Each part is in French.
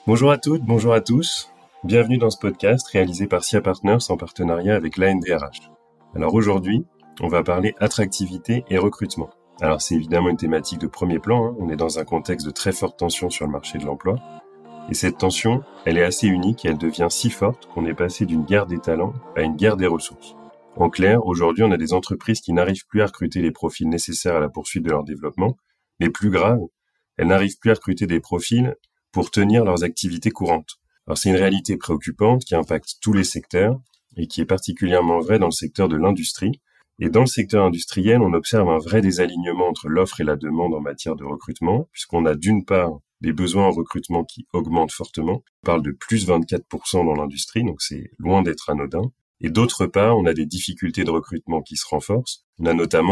Bonjour à toutes, bonjour à tous. Bienvenue dans ce podcast réalisé par SIA Partners en partenariat avec l'ANDRH. Alors aujourd'hui, on va parler attractivité et recrutement. Alors c'est évidemment une thématique de premier plan, on est dans un contexte de très forte tension sur le marché de l'emploi. Et cette tension, elle est assez unique et elle devient si forte qu'on est passé d'une guerre des talents à une guerre des ressources. En clair, aujourd'hui, on a des entreprises qui n'arrivent plus à recruter les profils nécessaires à la poursuite de leur développement, mais plus grave, elles n'arrivent plus à recruter des profils pour tenir leurs activités courantes. Alors c'est une réalité préoccupante qui impacte tous les secteurs et qui est particulièrement vraie dans le secteur de l'industrie. Et dans le secteur industriel, on observe un vrai désalignement entre l'offre et la demande en matière de recrutement, puisqu'on a d'une part des besoins en recrutement qui augmentent fortement. On parle de plus 24% dans l'industrie, donc c'est loin d'être anodin. Et d'autre part, on a des difficultés de recrutement qui se renforcent. On a notamment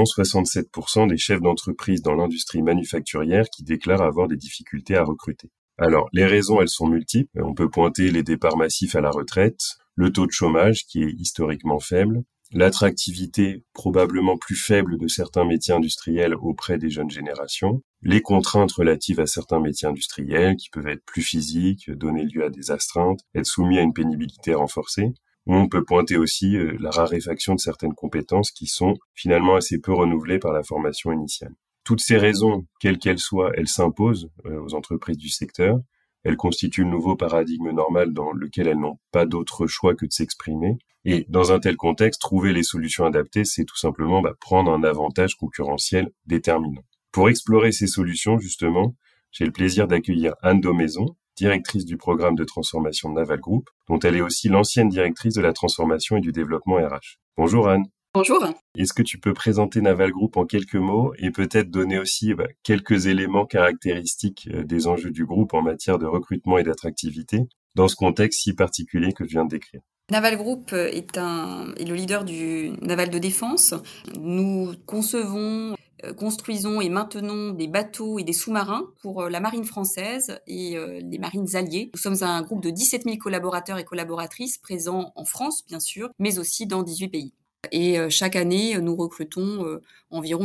67% des chefs d'entreprise dans l'industrie manufacturière qui déclarent avoir des difficultés à recruter. Alors, les raisons, elles sont multiples. On peut pointer les départs massifs à la retraite, le taux de chômage qui est historiquement faible, l'attractivité probablement plus faible de certains métiers industriels auprès des jeunes générations, les contraintes relatives à certains métiers industriels qui peuvent être plus physiques, donner lieu à des astreintes, être soumis à une pénibilité renforcée. On peut pointer aussi la raréfaction de certaines compétences qui sont finalement assez peu renouvelées par la formation initiale. Toutes ces raisons, quelles qu'elles soient, elles s'imposent aux entreprises du secteur. Elles constituent le nouveau paradigme normal dans lequel elles n'ont pas d'autre choix que de s'exprimer. Et dans un tel contexte, trouver les solutions adaptées, c'est tout simplement prendre un avantage concurrentiel déterminant. Pour explorer ces solutions, justement, j'ai le plaisir d'accueillir Anne Daumaison, directrice du programme de transformation de Naval Group, dont elle est aussi l'ancienne directrice de la transformation et du développement RH. Bonjour Anne. Bonjour. Est-ce que tu peux présenter Naval Group en quelques mots et peut-être donner aussi quelques éléments caractéristiques des enjeux du groupe en matière de recrutement et d'attractivité dans ce contexte si particulier que je viens de décrire? Naval Group est le leader du naval de défense. Nous concevons, construisons et maintenons des bateaux et des sous-marins pour la marine française et les marines alliées. Nous sommes un groupe de 17 000 collaborateurs et collaboratrices présents en France, bien sûr, mais aussi dans 18 pays. Et chaque année, nous recrutons environ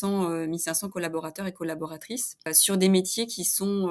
1500 collaborateurs et collaboratrices sur des métiers qui sont,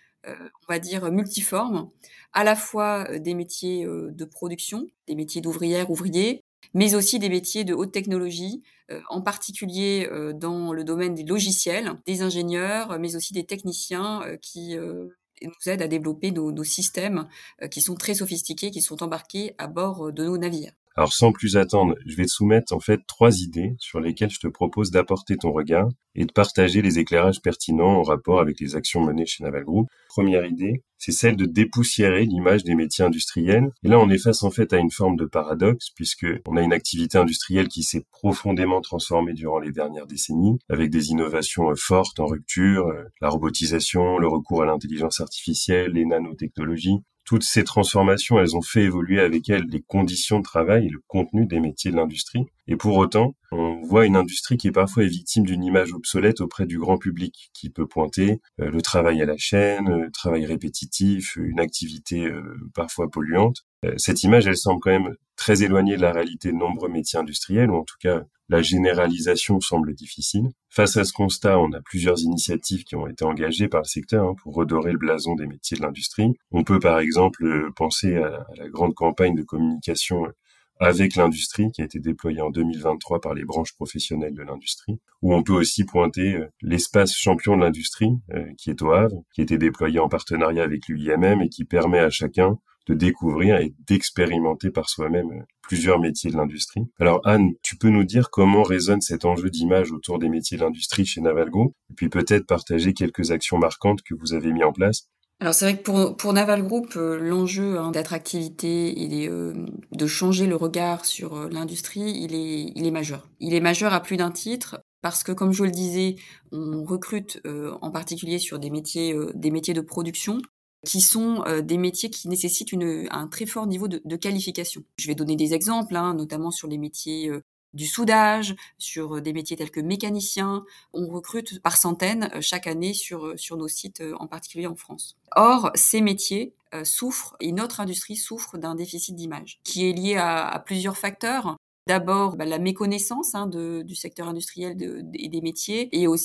on va dire, multiformes, à la fois des métiers de production, des métiers d'ouvrières, ouvriers, mais aussi des métiers de haute technologie, en particulier dans le domaine des logiciels, des ingénieurs, mais aussi des techniciens qui nous aident à développer nos systèmes qui sont très sophistiqués, qui sont embarqués à bord de nos navires. Alors sans plus attendre, je vais te soumettre en fait 3 idées sur lesquelles je te propose d'apporter ton regard et de partager les éclairages pertinents en rapport avec les actions menées chez Naval Group. Première idée, c'est celle de dépoussiérer l'image des métiers industriels. Et là, on est face en fait à une forme de paradoxe puisque on a une activité industrielle qui s'est profondément transformée durant les dernières décennies avec des innovations fortes en rupture, la robotisation, le recours à l'intelligence artificielle, les nanotechnologies. Toutes ces transformations, elles ont fait évoluer avec elles les conditions de travail et le contenu des métiers de l'industrie. Et pour autant, on voit une industrie qui est parfois victime d'une image obsolète auprès du grand public, qui peut pointer le travail à la chaîne, le travail répétitif, une activité parfois polluante. Cette image, elle semble quand même très éloignée de la réalité de nombreux métiers industriels, ou en tout cas, la généralisation semble difficile. Face à ce constat, on a plusieurs initiatives qui ont été engagées par le secteur pour redorer le blason des métiers de l'industrie. On peut par exemple penser à la grande campagne de communication avec l'industrie qui a été déployée en 2023 par les branches professionnelles de l'industrie, où on peut aussi pointer l'espace champion de l'industrie qui est au Havre, qui a été déployé en partenariat avec l'UIMM et qui permet à chacun de découvrir et d'expérimenter par soi-même plusieurs métiers de l'industrie. Alors Anne, tu peux nous dire comment résonne cet enjeu d'image autour des métiers de l'industrie chez Naval Group, et puis peut-être partager quelques actions marquantes que vous avez mis en place? Alors c'est vrai que pour Naval Group, l'enjeu, d'attractivité et de changer le regard sur, l'industrie, il est majeur. Il est majeur à plus d'un titre parce que comme je le disais, on recrute, en particulier sur des métiers de production qui sont, des métiers qui nécessitent un très fort niveau de qualification. Je vais donner des exemples, notamment sur les métiers, du soudage, sur, des métiers tels que mécanicien. On recrute par centaines, chaque année sur nos sites, en particulier en France. Or, ces métiers, souffrent et notre industrie souffre d'un déficit d'image qui est lié à plusieurs facteurs. D'abord, la méconnaissance, du secteur industriel et des métiers et aussi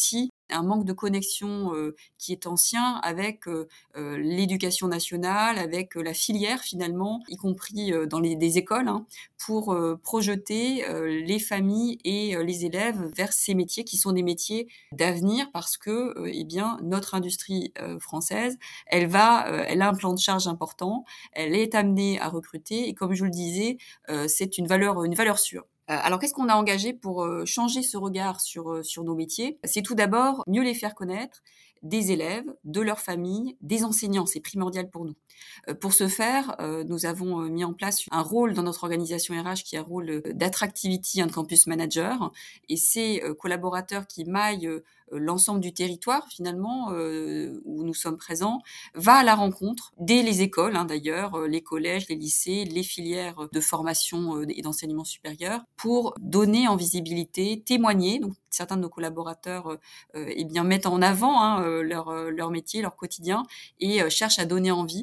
un manque de connexion qui est ancien avec l'éducation nationale, avec la filière finalement, y compris dans des écoles, hein, pour projeter les familles et les élèves vers ces métiers qui sont des métiers d'avenir parce que, eh bien, notre industrie française, elle a un plan de charge important, elle est amenée à recruter et comme je le disais, c'est une valeur sûre. Alors qu'est-ce qu'on a engagé pour changer ce regard sur nos métiers? C'est tout d'abord mieux les faire connaître des élèves, de leurs familles, des enseignants, c'est primordial pour nous. Pour ce faire, nous avons mis en place un rôle dans notre organisation RH qui est un rôle d'attractivity and campus manager et ces collaborateurs qui maillent l'ensemble du territoire finalement où nous sommes présents, va à la rencontre dès les écoles hein, d'ailleurs, les collèges, les lycées, les filières de formation et d'enseignement supérieur pour donner en visibilité, témoigner. Donc certains de nos collaborateurs eh bien mettent en avant hein, leur métier, leur quotidien et cherchent à donner envie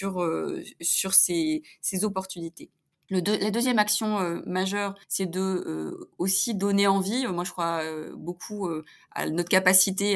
sur ces opportunités. La deuxième action majeure, c'est de aussi donner envie. Moi, je crois beaucoup à notre capacité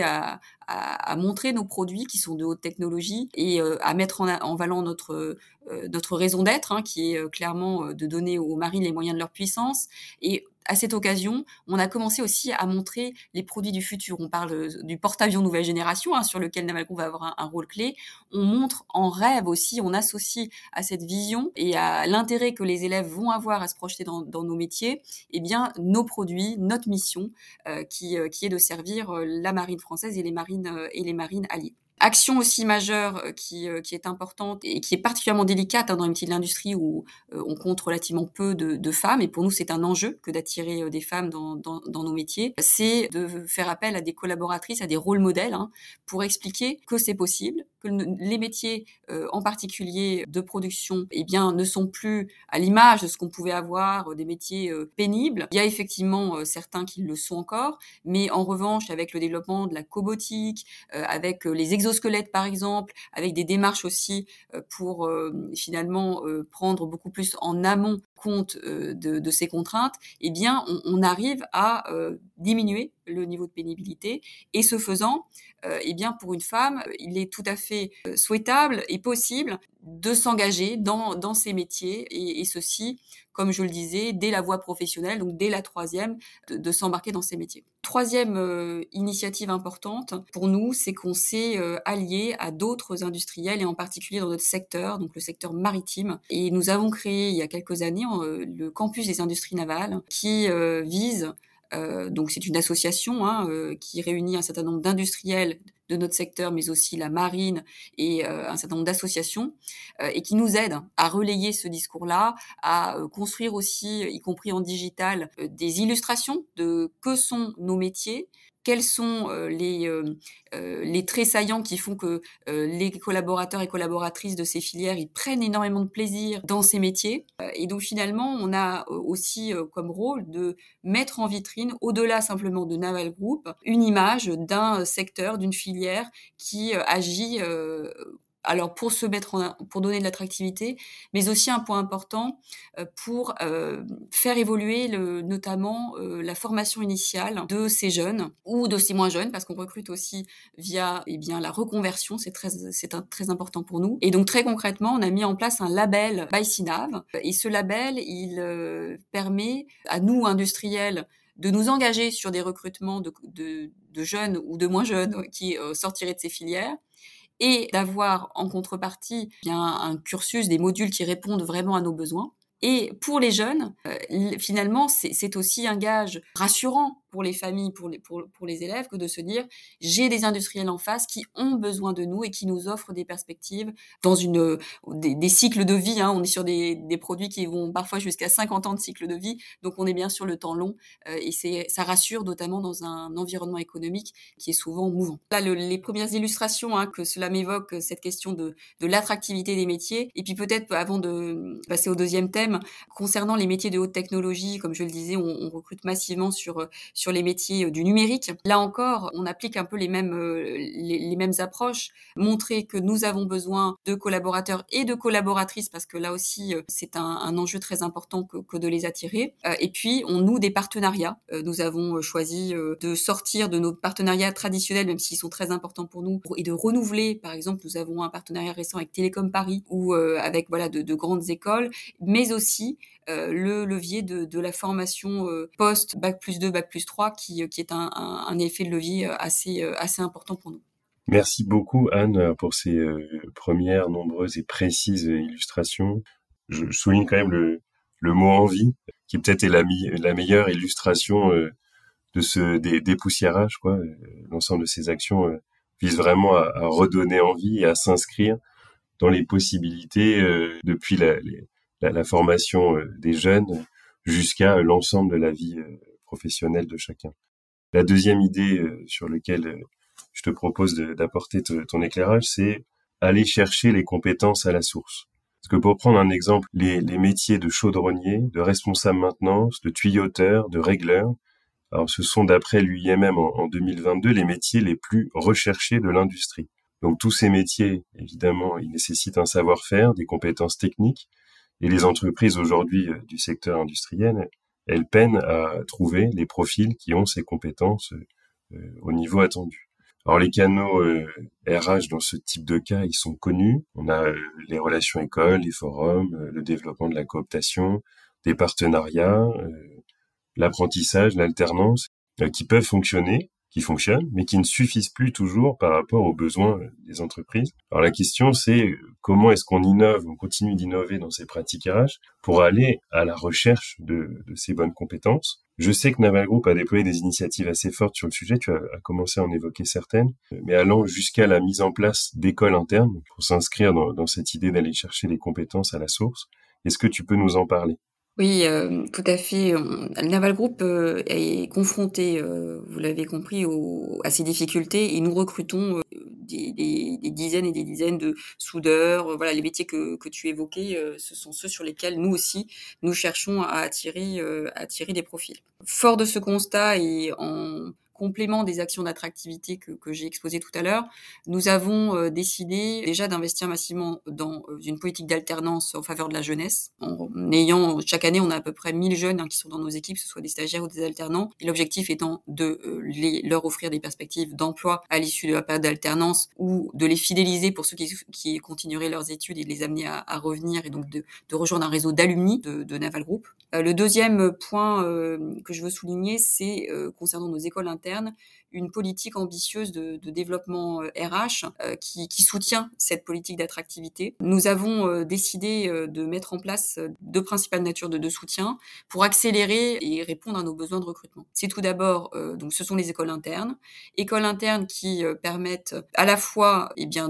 à montrer nos produits qui sont de haute technologie et à mettre en valeur notre raison d'être, hein, qui est clairement de donner aux marines les moyens de leur puissance. Et à cette occasion, on a commencé aussi à montrer les produits du futur. On parle du porte-avions nouvelle génération, hein, sur lequel Naval Group va avoir un rôle clé. On montre en rêve aussi, on associe à cette vision et à l'intérêt que les élèves vont avoir à se projeter dans nos métiers, eh bien, nos produits, notre mission, qui est de servir la marine française et les marines alliées. Action aussi majeure qui est importante et qui est particulièrement délicate hein, dans les métiers de l'industrie où on compte relativement peu de femmes et pour nous c'est un enjeu que d'attirer des femmes dans nos métiers, c'est de faire appel à des collaboratrices, à des rôles modèles hein, pour expliquer que c'est possible, que les métiers en particulier de production eh bien, ne sont plus à l'image de ce qu'on pouvait avoir, des métiers pénibles. Il y a effectivement certains qui le sont encore, mais en revanche avec le développement de la cobotique, avec les exosquelettes par exemple, avec des démarches aussi pour finalement prendre beaucoup plus en amont compte de ces contraintes, eh bien on arrive à diminuer le niveau de pénibilité et ce faisant, eh bien pour une femme, il est tout à fait souhaitable et possible de s'engager dans ces métiers et ceci, comme je le disais, dès la voie professionnelle, donc dès la troisième, de s'embarquer dans ces métiers. Troisième initiative importante pour nous, c'est qu'on s'est allié à d'autres industriels et en particulier dans notre secteur, donc le secteur maritime. Et nous avons créé il y a quelques années le campus des industries navales qui vise donc c'est une association hein, qui réunit un certain nombre d'industriels de notre secteur, mais aussi la marine et un certain nombre d'associations, et qui nous aident à relayer ce discours-là, à construire aussi, y compris en digital, des illustrations de que sont nos métiers, quels sont les traits saillants qui font que les collaborateurs et collaboratrices de ces filières, ils prennent énormément de plaisir dans ces métiers. Et donc finalement, on a aussi comme rôle de mettre en vitrine, au-delà simplement de Naval Group, une image d'un secteur, d'une filière qui agit alors pour donner de l'attractivité, mais aussi un point important pour faire évoluer notamment la formation initiale de ces jeunes ou de ces moins jeunes, parce qu'on recrute aussi via eh bien la reconversion, c'est très important pour nous. Et donc très concrètement, on a mis en place un label by CINAV, et ce label il permet à nous industriels de nous engager sur des recrutements de jeunes ou de moins jeunes qui sortiraient de ces filières et d'avoir en contrepartie bien un cursus, des modules qui répondent vraiment à nos besoins. Et pour les jeunes, finalement, c'est aussi un gage rassurant pour les familles, pour les élèves, que de se dire j'ai des industriels en face qui ont besoin de nous et qui nous offrent des perspectives dans des cycles de vie. Hein. On est sur des produits qui vont parfois jusqu'à 50 ans de cycle de vie, donc on est bien sur le temps long et ça rassure notamment dans un environnement économique qui est souvent mouvant. Là, les premières illustrations hein, que cela m'évoque, cette question de l'attractivité des métiers, et puis peut-être avant de passer au deuxième thème, concernant les métiers de haute technologie, comme je le disais, on recrute massivement sur sur les métiers du numérique. Là encore, on applique un peu les mêmes approches, montrer que nous avons besoin de collaborateurs et de collaboratrices parce que là aussi, c'est un enjeu très important que de les attirer. Et puis, on noue des partenariats. Nous avons choisi de sortir de nos partenariats traditionnels, même s'ils sont très importants pour nous, et de renouveler. Par exemple, nous avons un partenariat récent avec Télécom Paris ou avec voilà de grandes écoles, mais aussi le levier de la formation post bac+2, bac+3 qui est un effet de levier assez important pour nous. Merci beaucoup Anne pour ces premières nombreuses et précises illustrations. Je souligne quand même le mot envie, qui peut-être est la meilleure illustration de ce dépoussiérage, quoi. L'ensemble de ces actions vise vraiment à redonner envie et à s'inscrire dans les possibilités depuis la formation des jeunes jusqu'à l'ensemble de la vie professionnelle de chacun. La deuxième idée sur laquelle je te propose d'apporter ton éclairage, c'est aller chercher les compétences à la source. Parce que pour prendre un exemple, les métiers de chaudronnier, de responsable maintenance, de tuyauteur, de régleur, alors ce sont d'après l'UIMM en 2022 les métiers les plus recherchés de l'industrie. Donc tous ces métiers, évidemment, ils nécessitent un savoir-faire, des compétences techniques, et les entreprises aujourd'hui du secteur industriel, elles peinent à trouver les profils qui ont ces compétences au niveau attendu. Alors les canaux RH dans ce type de cas, ils sont connus. On a les relations écoles, les forums, le développement de la cooptation, des partenariats, l'apprentissage, l'alternance, qui peuvent fonctionner, qui fonctionnent, mais qui ne suffisent plus toujours par rapport aux besoins des entreprises. Alors la question, c'est comment est-ce qu'on innove, on continue d'innover dans ces pratiques RH pour aller à la recherche de ces bonnes compétences. Je sais que Naval Group a déployé des initiatives assez fortes sur le sujet, tu as commencé à en évoquer certaines, mais allant jusqu'à la mise en place d'écoles internes pour s'inscrire dans cette idée d'aller chercher les compétences à la source. Est-ce que tu peux nous en parler? Oui, tout à fait. Le Naval Group, est confronté, vous l'avez compris, à ces difficultés et nous recrutons, des dizaines et des dizaines de soudeurs. Voilà, les métiers que tu évoquais, ce sont ceux sur lesquels nous aussi, nous cherchons à attirer des profils. Fort de ce constat et en complément des actions d'attractivité que j'ai exposées tout à l'heure, nous avons décidé déjà d'investir massivement dans une politique d'alternance en faveur de la jeunesse. En ayant chaque année, on a à peu près 1000 jeunes qui sont dans nos équipes, que ce soit des stagiaires ou des alternants. Et l'objectif étant de leur offrir des perspectives d'emploi à l'issue de la période d'alternance ou de les fidéliser pour ceux qui continueraient leurs études et de les amener à revenir et donc de rejoindre un réseau d'alumni de Naval Group. Le deuxième point que je veux souligner, c'est concernant nos écoles internes, une politique ambitieuse de développement RH qui soutient cette politique d'attractivité. Nous avons décidé de mettre en place deux principales natures de soutien pour accélérer et répondre à nos besoins de recrutement. C'est tout d'abord, donc ce sont les écoles internes qui permettent à la fois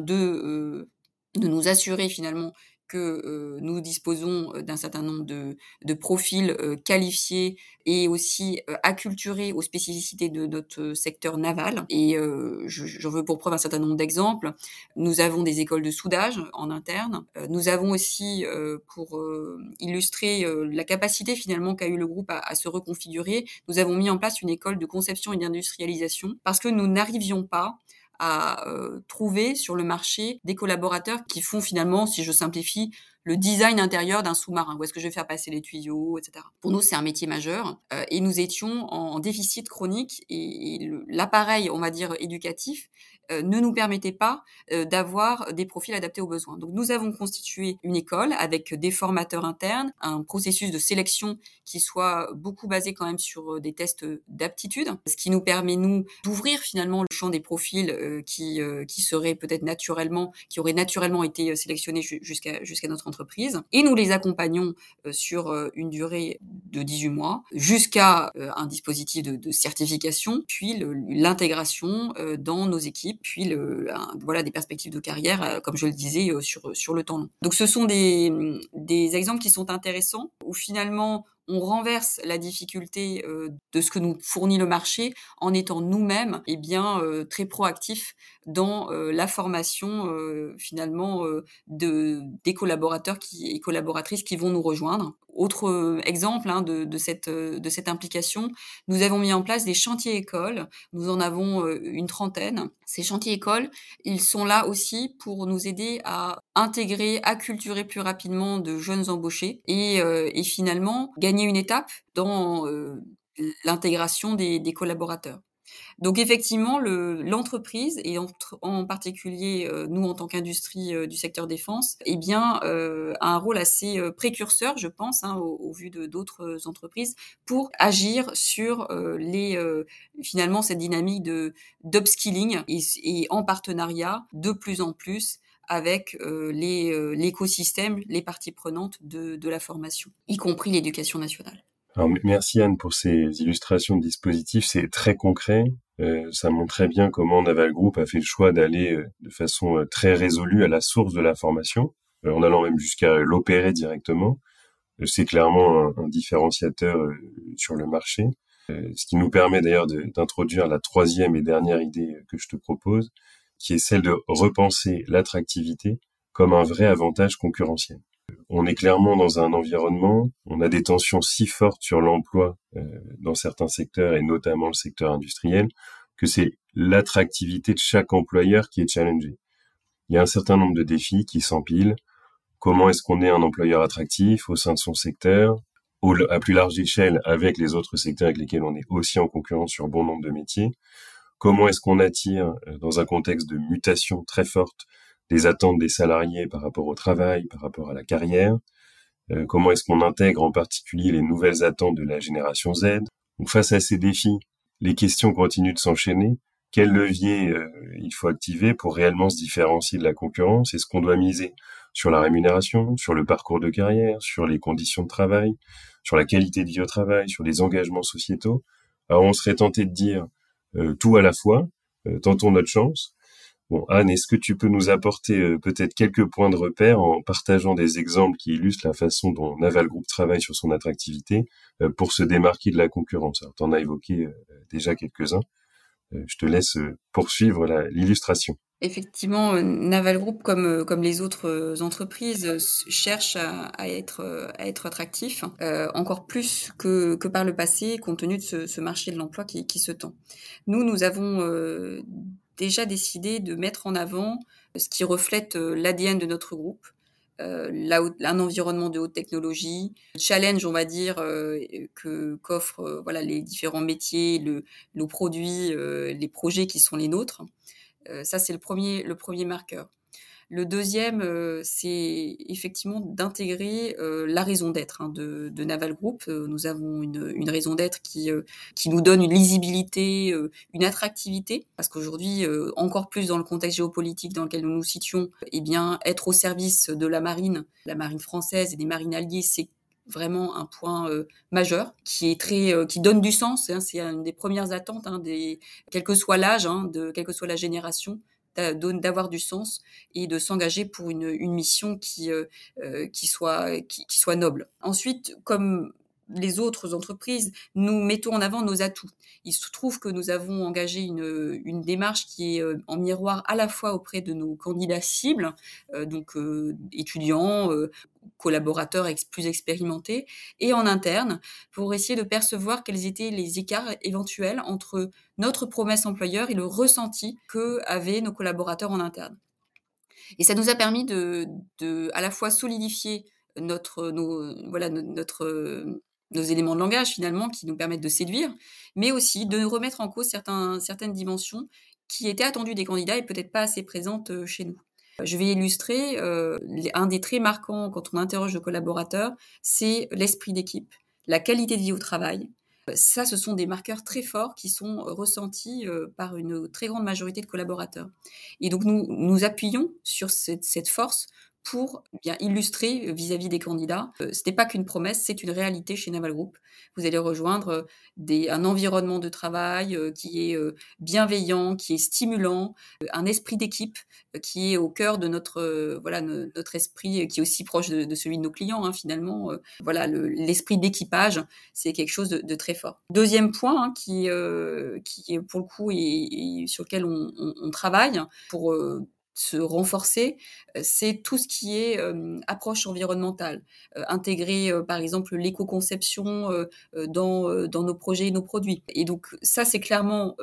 de nous assurer finalement que nous disposons d'un certain nombre de profils qualifiés et aussi acculturés aux spécificités de notre secteur naval. Et j'en veux pour preuve un certain nombre d'exemples. Nous avons des écoles de soudage en interne. Nous avons aussi, pour illustrer la capacité finalement qu'a eu le groupe à se reconfigurer, nous avons mis en place une école de conception et d'industrialisation parce que nous n'arrivions pas à trouver sur le marché des collaborateurs qui font finalement, si je simplifie, le design intérieur d'un sous-marin. Où est-ce que je vais faire passer les tuyaux, etc. Pour nous, c'est un métier majeur et nous étions en déficit chronique et l'appareil, on va dire, éducatif ne nous permettait pas d'avoir des profils adaptés aux besoins. Donc nous avons constitué une école avec des formateurs internes, un processus de sélection qui soit beaucoup basé quand même sur des tests d'aptitude, ce qui nous permet, nous, d'ouvrir finalement le champ des profils qui seraient peut-être qui auraient naturellement été sélectionnés jusqu'à notre entreprise. Et nous les accompagnons sur une durée de 18 mois jusqu'à un dispositif de certification, puis l'intégration dans nos équipes, puis voilà, des perspectives de carrière, comme je le disais, sur le temps long. Donc ce sont des exemples qui sont intéressants, où finalement on renverse la difficulté de ce que nous fournit le marché en étant nous-mêmes très proactifs dans la formation finalement des collaborateurs et collaboratrices qui vont nous rejoindre autre exemple de cette implication, nous avons mis en place des chantiers écoles. Nous en avons une trentaine. Ces chantiers écoles, ils sont là aussi pour nous aider à intégrer, acculturer plus rapidement de jeunes embauchés et finalement gagner une étape dans l'intégration des collaborateurs. Donc effectivement, l'entreprise et en particulier, nous en tant qu'industrie, du secteur défense, eh bien, a un rôle assez, précurseur, je pense, hein, au vu de d'autres entreprises, pour agir sur, finalement cette dynamique de d'upskilling et en partenariat de plus en plus avec, l'écosystème, les parties prenantes de la formation, y compris l'éducation nationale. Alors, merci Anne pour ces illustrations de dispositifs, c'est très concret. Ça montre très bien comment Naval Group a fait le choix d'aller de façon très résolue à la source de la formation, en allant même jusqu'à l'opérer directement. C'est clairement un différenciateur sur le marché, ce qui nous permet d'ailleurs d'introduire la troisième et dernière idée que je te propose, qui est celle de repenser l'attractivité comme un vrai avantage concurrentiel. On est clairement dans un environnement, on a des tensions si fortes sur l'emploi dans certains secteurs et notamment le secteur industriel, que c'est l'attractivité de chaque employeur qui est challengée. Il y a un certain nombre de défis qui s'empilent. Comment est-ce qu'on est un employeur attractif au sein de son secteur, à plus large échelle avec les autres secteurs avec lesquels on est aussi en concurrence sur bon nombre de métiers? Comment est-ce qu'on attire, dans un contexte de mutation très forte, les attentes des salariés par rapport au travail, par rapport à la carrière? Comment est-ce qu'on intègre en particulier les nouvelles attentes de la génération Z? Donc face à ces défis, les questions continuent de s'enchaîner. Quel levier il faut activer pour réellement se différencier de la concurrence? Est-ce qu'on doit miser sur la rémunération, sur le parcours de carrière, sur les conditions de travail, sur la qualité de vie au travail, sur les engagements sociétaux? Alors on serait tenté de dire tout à la fois, tentons notre chance. Bon, Anne, est-ce que tu peux nous apporter peut-être quelques points de repère en partageant des exemples qui illustrent la façon dont Naval Group travaille sur son attractivité pour se démarquer de la concurrence? Alors, tu en as évoqué déjà quelques-uns. Je te laisse poursuivre l'illustration. Effectivement, Naval Group, comme les autres entreprises, cherche à être attractif, encore plus que par le passé, compte tenu de ce marché de l'emploi qui se tend. Nous avons déjà décidé de mettre en avant ce qui reflète l'ADN de notre groupe, un environnement de haute technologie, challenge, on va dire, qu'offrent voilà les différents métiers, nos produits, les projets qui sont les nôtres. Ça, c'est le premier marqueur. Le deuxième, c'est effectivement d'intégrer, la raison d'être, hein, de Naval Group. Nous avons une raison d'être qui nous donne une lisibilité, une attractivité, parce qu'aujourd'hui, encore plus dans le contexte géopolitique dans lequel nous nous situons, eh bien, être au service de la marine française et des marines alliées, c'est vraiment un point, majeur qui est très, qui donne du sens, hein. C'est une des premières attentes, hein, quel que soit l'âge, hein, quelle que soit la génération, d'avoir du sens et de s'engager pour une mission qui soit noble. Ensuite, comme les autres entreprises, nous mettons en avant nos atouts. Il se trouve que nous avons engagé une démarche qui est en miroir à la fois auprès de nos candidats cibles, donc étudiants, collaborateurs plus expérimentés, et en interne, pour essayer de percevoir quels étaient les écarts éventuels entre notre promesse employeur et le ressenti qu'avaient nos collaborateurs en interne. Et ça nous a permis à la fois solidifier nos éléments de langage finalement qui nous permettent de séduire, mais aussi de remettre en cause certaines dimensions qui étaient attendues des candidats et peut-être pas assez présentes chez nous. Je vais illustrer un des traits marquants quand on interroge le collaborateur, c'est l'esprit d'équipe, la qualité de vie au travail. Ça, ce sont des marqueurs très forts qui sont ressentis par une très grande majorité de collaborateurs. Et donc, nous appuyons sur cette force pour bien illustrer vis-à-vis des candidats. Ce n'est pas qu'une promesse, c'est une réalité chez Naval Group. Vous allez rejoindre un environnement de travail qui est bienveillant, qui est stimulant, un esprit d'équipe qui est au cœur de notre esprit, qui est aussi proche de celui de nos clients, hein, finalement. Voilà, l'esprit d'équipage, c'est quelque chose de très fort. Deuxième point, hein, qui est pour le coup et sur lequel on travaille pour se renforcer, c'est tout ce qui est, approche environnementale. Intégrer, par exemple, l'éco-conception, dans nos projets et nos produits. Et donc ça, c'est clairement,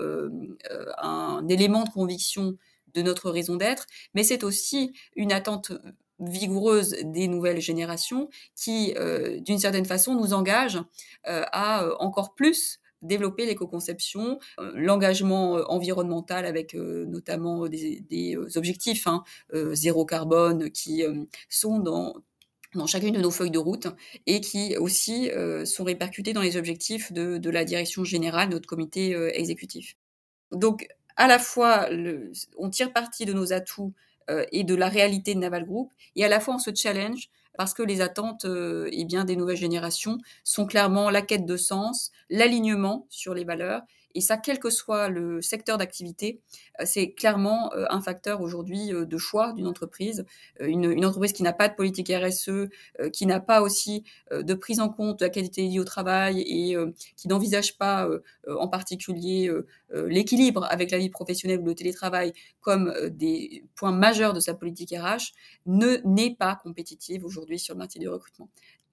un élément de conviction de notre raison d'être, mais c'est aussi une attente vigoureuse des nouvelles générations qui, d'une certaine façon, nous engage, à, encore plus développer l'éco-conception, l'engagement, environnemental avec, notamment des objectifs, hein, zéro carbone qui, sont dans chacune de nos feuilles de route et qui aussi, sont répercutés dans les objectifs de la direction générale, de notre comité, exécutif. Donc à la fois on tire parti de nos atouts, et de la réalité de Naval Group et à la fois on se challenge parce que les attentes, eh bien des nouvelles générations sont clairement la quête de sens, l'alignement sur les valeurs et ça quel que soit le secteur d'activité, c'est clairement, un facteur aujourd'hui, de choix d'une entreprise. Une entreprise qui n'a pas de politique RSE, qui n'a pas aussi, de prise en compte de la qualité de vie au travail et qui n'envisage pas, en particulier, l'équilibre avec la vie professionnelle ou le télétravail comme, des points majeurs de sa politique RH, n'est pas compétitive aujourd'hui sur le marché du recrutement.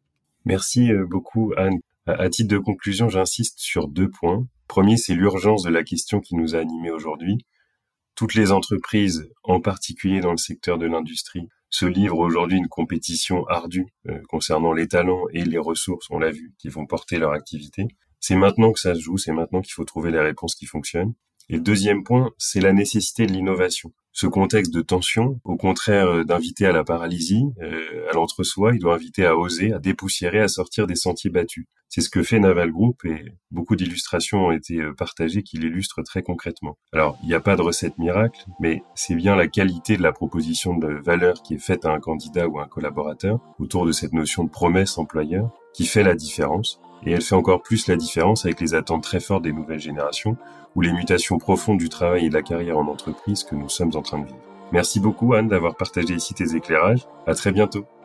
Merci beaucoup, Anne. À titre de conclusion, j'insiste sur 2 points. Premier, c'est l'urgence de la question qui nous a animés aujourd'hui. Toutes les entreprises, en particulier dans le secteur de l'industrie, se livrent aujourd'hui une compétition ardue concernant les talents et les ressources, on l'a vu, qui vont porter leur activité. C'est maintenant que ça se joue, c'est maintenant qu'il faut trouver les réponses qui fonctionnent. Et le deuxième point, c'est la nécessité de l'innovation. Ce contexte de tension, au contraire d'inviter à la paralysie, à l'entre-soi, il doit inviter à oser, à dépoussiérer, à sortir des sentiers battus. C'est ce que fait Naval Group et beaucoup d'illustrations ont été partagées qui l'illustrent très concrètement. Alors, il n'y a pas de recette miracle, mais c'est bien la qualité de la proposition de valeur qui est faite à un candidat ou à un collaborateur autour de cette notion de promesse employeur qui fait la différence. Et elle fait encore plus la différence avec les attentes très fortes des nouvelles générations ou les mutations profondes du travail et de la carrière en entreprise que nous sommes en train de vivre. Merci beaucoup Anne d'avoir partagé ici tes éclairages. À très bientôt.